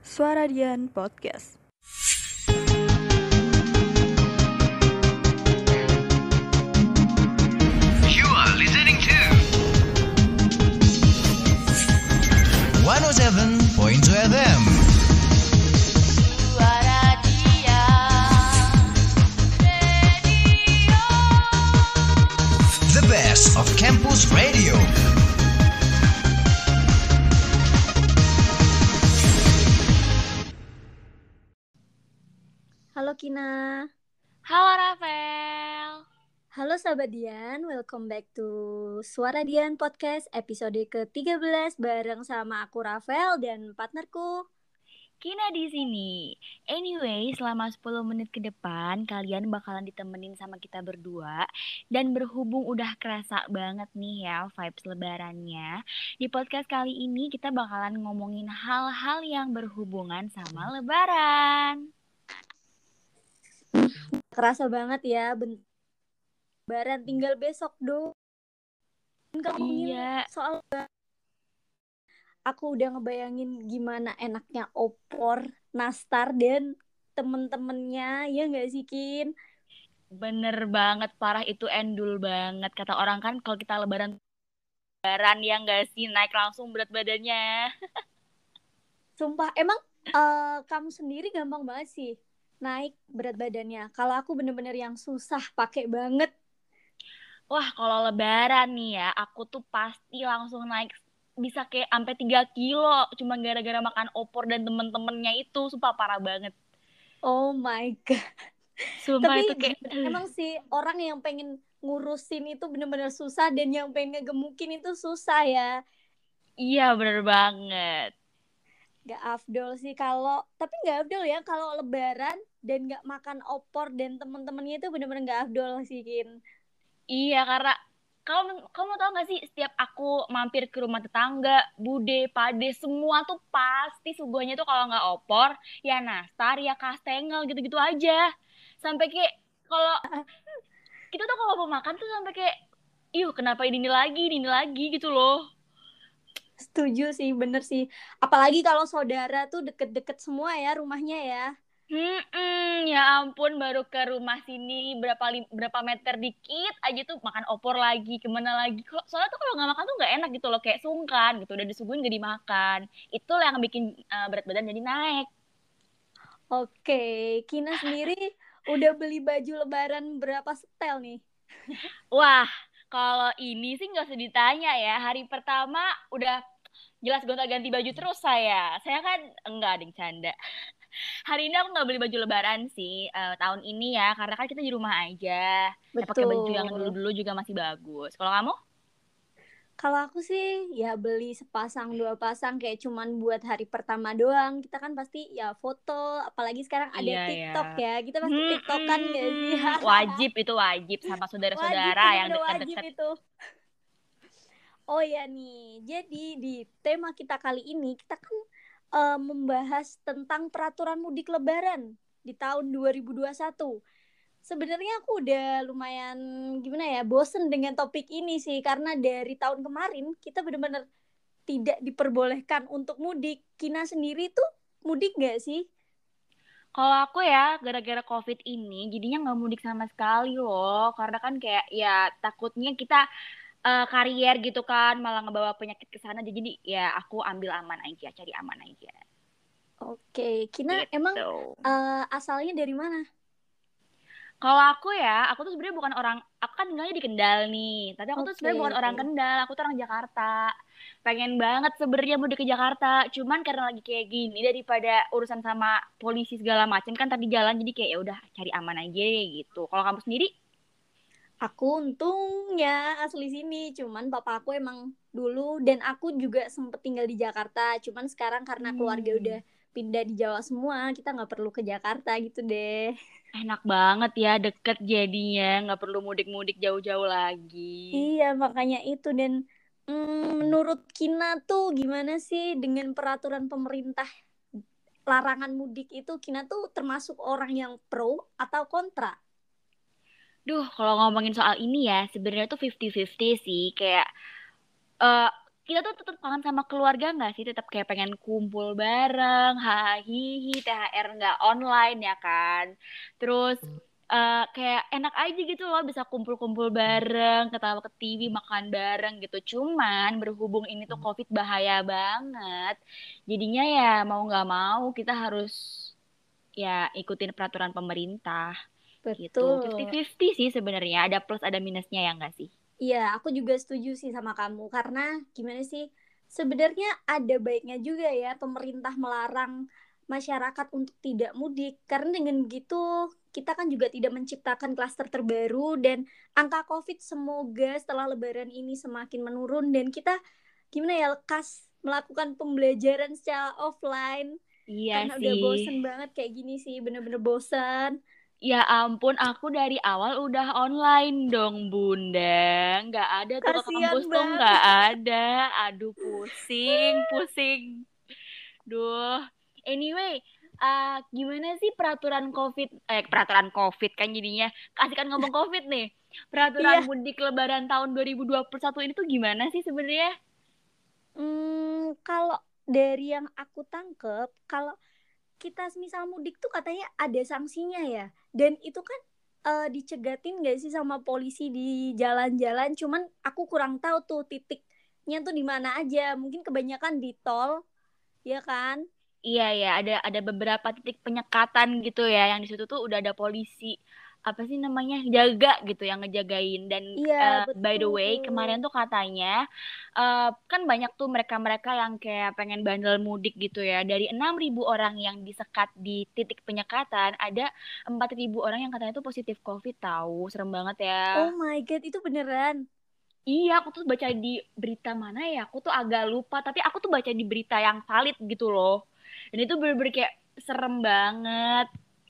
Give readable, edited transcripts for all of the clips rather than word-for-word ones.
Suara Dian Podcast. You are listening to 107.2 FM. Suara Dian Radio. The best of campus radio. Halo Kina. Halo Rafael. Halo sahabat Dian, welcome back to Suara Dian Podcast episode ke-13 bareng sama aku Rafael dan partnerku. Kina di sini. Anyway, selama 10 menit ke depan kalian bakalan ditemenin sama kita berdua. Dan berhubung udah kerasa banget nih ya vibes lebarannya, di podcast kali ini kita bakalan ngomongin hal-hal yang berhubungan sama lebaran. Kerasa banget ya, lebaran tinggal besok dong. Kalau ngomongin Iya. soal aku udah ngebayangin gimana enaknya opor, nastar, dan temen-temennya, ya nggak sih Kin? Bener banget, parah itu endul banget. Kata orang kan kalau kita lebaran ya nggak sih, naik langsung berat badannya. Sumpah, emang kamu sendiri gampang banget sih naik berat badannya. Kalau aku bener-bener yang susah, pakai banget. Wah, kalau lebaran nih ya, aku tuh pasti langsung naik bisa kayak sampai 3 kilo cuma gara-gara makan opor dan temen-temennya itu. Sumpah parah banget. Oh my God. Sumpah Tapi itu kayak emang sih orang yang pengen ngurusin itu bener-bener susah, dan yang pengen ngegemukin itu susah ya. iya bener banget. Gak afdol sih kalau, tapi gak afdol ya kalau lebaran dan gak makan opor dan temen-temennya, itu bener-bener gak afdol sih Kin. Iya, karena kamu tau gak sih, setiap aku mampir ke rumah tetangga, bude, pade, semua tuh pasti suguhannya tuh kalau nggak opor, ya nastar, ya kastengel, gitu-gitu aja. Sampai kayak kalau kita tuh kalau mau makan tuh sampai kayak, ih kenapa ini lagi gitu loh. Setuju sih, bener sih. Apalagi kalau saudara tuh deket-deket semua ya rumahnya ya. Ya ampun, baru ke rumah sini berapa meter dikit aja tuh makan opor lagi, kemana lagi. Soalnya tuh kalau nggak makan tuh nggak enak gitu loh, kayak sungkan gitu, udah disuguhin nggak dimakan. Itulah yang bikin berat badan jadi naik. Oke, Kina sendiri udah beli baju lebaran berapa setel nih? Wah, kalau ini sih nggak usah ditanya ya. Hari pertama udah jelas gonta-ganti baju terus saya. Saya kan enggak ada yang canda. Hari ini aku nggak beli baju lebaran sih tahun ini ya, karena kan kita di rumah aja. Ya pakai baju yang Betul. dulu-dulu juga masih bagus. Kalau kamu? Kalau aku sih ya beli sepasang dua pasang, kayak cuman buat hari pertama doang. Kita kan pasti ya foto, apalagi sekarang ada Iya ya. TikTok ya. Kita pasti TikTokan gak sih? Wajib itu wajib sama Wajib, saudara-saudara yang bener-bener wajib dekat-dekat. itu. Oh ya nih, jadi di tema kita kali ini kita kan membahas tentang peraturan mudik lebaran di tahun 2021. Sebenarnya aku udah lumayan gimana ya, bosen dengan topik ini sih, karena dari tahun kemarin kita benar-benar tidak diperbolehkan untuk mudik. Kina sendiri tuh mudik gak sih? Kalau aku ya, gara-gara COVID ini, jadinya nggak mudik sama sekali loh. Karena kan kayak ya takutnya kita karier gitu kan, malah ngebawa penyakit ke sana. Jadi ya aku ambil aman aja, cari aman aja. Oke, Kina emang Gitu. asalnya dari mana? Kalau aku ya, aku tuh sebenarnya bukan orang, aku kan tinggalnya di Kendal nih. Tapi aku tuh sebenarnya bukan orang Oke. Kendal, aku tuh orang Jakarta. Pengen banget sebenarnya mudik ke Jakarta, cuman karena lagi kayak gini daripada urusan sama polisi segala macam kan tadi jalan, jadi kayak ya udah cari aman aja gitu. Kalau kamu sendiri? Aku untungnya asli sini, cuman papa aku emang dulu, dan aku juga sempet tinggal di Jakarta. Cuman sekarang karena keluarga udah pindah di Jawa semua, kita nggak perlu ke Jakarta gitu deh. Enak banget ya, deket jadinya, nggak perlu mudik-mudik jauh-jauh lagi. Iya, makanya itu. Dan menurut Kina tuh gimana sih dengan peraturan pemerintah larangan mudik itu? Kina tuh termasuk orang yang pro atau kontra? Duh, kalau ngomongin soal ini ya, sebenarnya tuh 50-50 sih. Kayak eh kita tuh tetap kangen sama keluarga nggak sih? Tetap kayak pengen kumpul bareng, hahihi, THR nggak online ya kan? Terus kayak enak aja gitu loh bisa kumpul-kumpul bareng, ketawa ke TV, makan bareng gitu. Cuman berhubung ini tuh COVID bahaya banget, jadinya ya mau nggak mau kita harus ya ikutin peraturan pemerintah gitu. Betul. 50-50 sih sebenarnya, ada plus ada minusnya ya nggak sih? Iya, aku juga setuju sih sama kamu karena gimana sih? Sebenarnya ada baiknya juga ya pemerintah melarang masyarakat untuk tidak mudik karena dengan begitu kita kan juga tidak menciptakan klaster terbaru dan angka COVID semoga setelah Lebaran ini semakin menurun dan kita gimana ya lekas melakukan pembelajaran secara offline Iya karena udah sih. bosen banget kayak gini sih, bener-bener bosen. Ya ampun, aku dari awal udah online dong, Bunda. Nggak ada tuh ke Kasian kampus tuh nggak banget. ada. Aduh, pusing, pusing. Duh. Anyway, gimana sih peraturan COVID kan jadinya. Kasihkan ngomong COVID nih. Peraturan Iya. mudik Lebaran tahun 2021 ini tuh gimana sih sebenarnya? Kalau dari yang aku tangkep, kalau kita misal mudik tuh katanya ada sanksinya ya. Dan itu kan dicegatin gak sih sama polisi di jalan-jalan. Cuman aku kurang tahu tuh titiknya tuh di mana aja. Mungkin kebanyakan di tol, ya kan? Iya ya, ada beberapa titik penyekatan gitu ya, yang di situ tuh udah ada polisi apa sih namanya jaga gitu yang ngejagain dan Iya, by the betul. way kemarin tuh katanya kan banyak tuh mereka-mereka yang kayak pengen bandel mudik gitu ya dari 6.000 orang yang disekat di titik penyekatan ada 4.000 orang yang katanya tuh positif COVID tahu serem banget Oh ya. my God, itu beneran. Iya, aku tuh baca di berita mana ya? Aku tuh agak lupa, tapi aku tuh baca di berita yang valid gitu loh. Dan itu bener-bener kayak serem banget.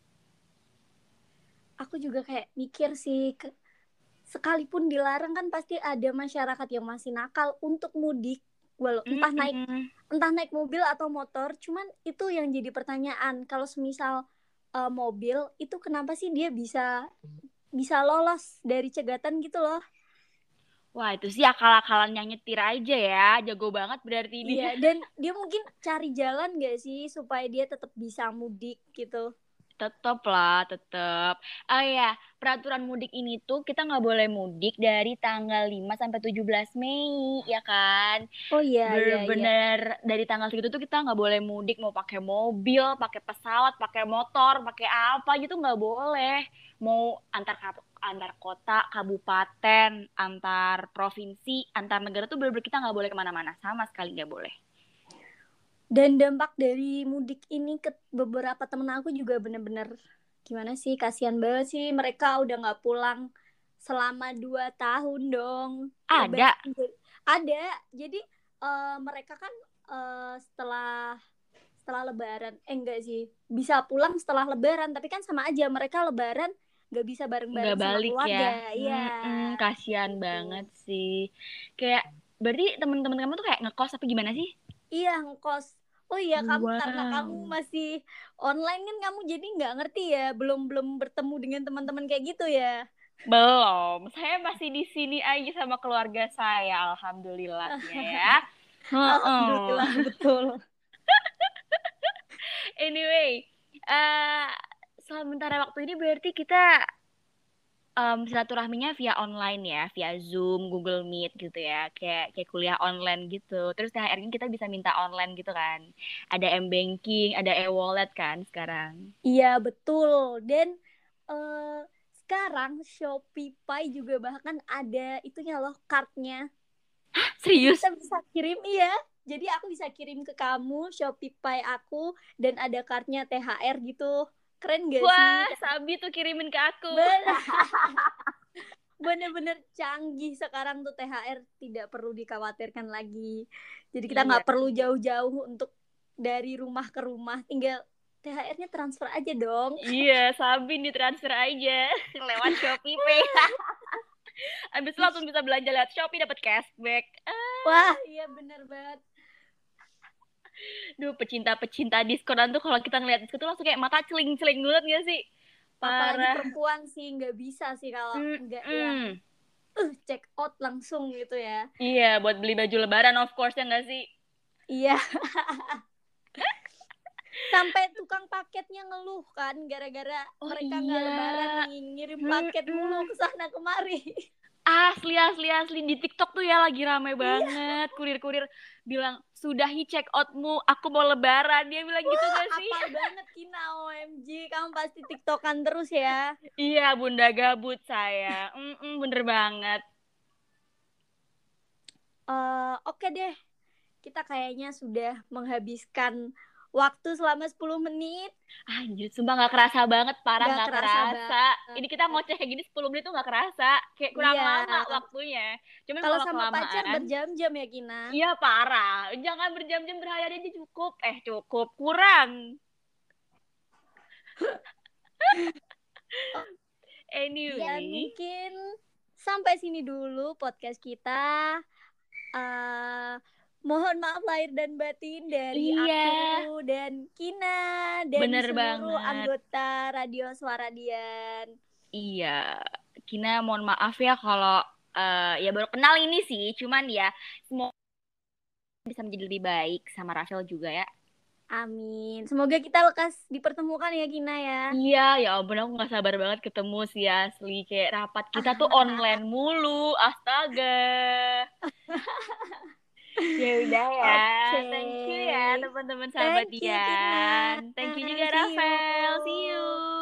Aku juga kayak mikir sih, sekalipun dilarang kan pasti ada masyarakat yang masih nakal untuk mudik. Walau Mm-mm. entah naik mobil atau motor, cuman itu yang jadi pertanyaan. Kalau semisal mobil itu kenapa sih dia bisa bisa lolos dari cegatan gitu loh. Wah, itu sih akal-akalan yang nyetir aja ya. Jago banget berarti dia. Iya, dan dia mungkin cari jalan gak sih supaya dia tetap bisa mudik gitu. Tetep lah, tetep. Oh ya, peraturan mudik ini tuh kita nggak boleh mudik dari tanggal 5 sampai 17 Mei, ya kan? Oh iya, iya, iya. Bener-bener dari tanggal segitu tuh kita nggak boleh mudik, mau pakai mobil, pakai pesawat, pakai motor, pakai apa gitu nggak boleh. Mau antar kota, kabupaten, antar provinsi, antar negara tuh bener-bener kita nggak boleh kemana-mana, sama sekali nggak boleh. Dan dampak dari mudik ini ke beberapa temen aku juga bener-bener gimana sih, kasihan banget sih mereka udah nggak pulang selama 2 tahun dong. Ada. Ada. Jadi mereka kan setelah Lebaran, enggak sih, bisa pulang setelah Lebaran, tapi kan sama aja mereka Lebaran nggak bisa Nggak bareng-bareng sama balik ya. keluarga. Iya. Kasihan Gitu. banget sih. Kayak berarti temen-temen kamu tuh kayak ngekos apa gimana sih? Iya, ngkos. Oh iya, karena kamu Wow. masih online kan kamu jadi nggak ngerti ya, belum belum bertemu dengan teman-teman kayak gitu ya. Belum. Saya masih di sini aja sama keluarga saya, alhamdulillahnya ya. Heeh. Alhamdulillah, betul. Anyway, eh sementara waktu ini berarti kita silaturahminya via online ya, via Zoom, Google Meet gitu ya, kayak kuliah online gitu. Terus THR-nya kita bisa minta online gitu kan. Ada M-Banking, ada e-wallet kan sekarang. Iya, betul. Dan eh, sekarang Shopee Pay juga bahkan ada itunya loh, cardnya. Jadi Serius? kita bisa kirim, iya. Jadi aku bisa kirim ke kamu Shopee Pay aku dan ada cardnya THR gitu. Keren gak sih? Wah, Sabi tuh kirimin ke aku. Bener-bener canggih sekarang tuh, THR tidak perlu dikhawatirkan lagi. Jadi kita Iya. nggak perlu jauh-jauh untuk dari rumah ke rumah, tinggal THR-nya transfer aja dong. Iya, Sabi ditransfer aja lewat Shopee Pay. Abis itu langsung bisa belanja lewat Shopee dapat cashback. Wah, iya bener banget. Duh, pecinta-pecinta diskonan tuh kalau kita ngeliat diskon tuh langsung kayak mata celing-celing banget gak sih? Apalagi Parah. perempuan sih nggak bisa sih kalau nggak ya. check out langsung gitu ya. Iya, buat beli baju lebaran of course ya nggak sih? Iya. Sampai tukang paketnya ngeluh kan gara-gara mereka nggak lebaran nih, ngirim paket mulu ke sana kemari. Asli di TikTok tuh ya lagi rame banget. Kurir-kurir bilang, "Sudahi check outmu, aku mau lebaran." Dia bilang gitu gak sih? Apal banget Kina, OMG, kamu pasti TikTokan terus ya. Iya, bunda gabut saya. Bener banget. Oke deh, kita kayaknya sudah menghabiskan waktu selama 10 menit. Anjir, sumpah gak kerasa banget, parah Nggak gak kerasa kerasa. Ini kita ngoceh kayak gini 10 menit tuh gak kerasa. Kayak kurang Iya. lama waktunya. Cuman Kalau kalau sama pacar kelamaan, berjam-jam ya Kina. iya parah. Jangan berjam-jam, berhari-hari aja cukup. Cukup, kurang. Ya Anyway, mungkin sampai sini dulu podcast kita. Mohon maaf lahir dan batin dari Iya. aku dan Kina dan Bener seluruh banget. anggota Radio Suara Dian. Iya, Kina mohon maaf ya kalau ya baru kenal ini sih, cuman ya semoga bisa menjadi lebih baik sama Rachel juga ya. Amin. Semoga kita lekas dipertemukan ya Kina ya. Iya, ya ampun aku gak sabar banget ketemu sih asli. Kayak rapat kita tuh online mulu, astaga. Ya udah ya, Oke. thank you ya teman-teman sahabat Thank you, Kina. Dian. Thank you juga See you. Rafael, see you.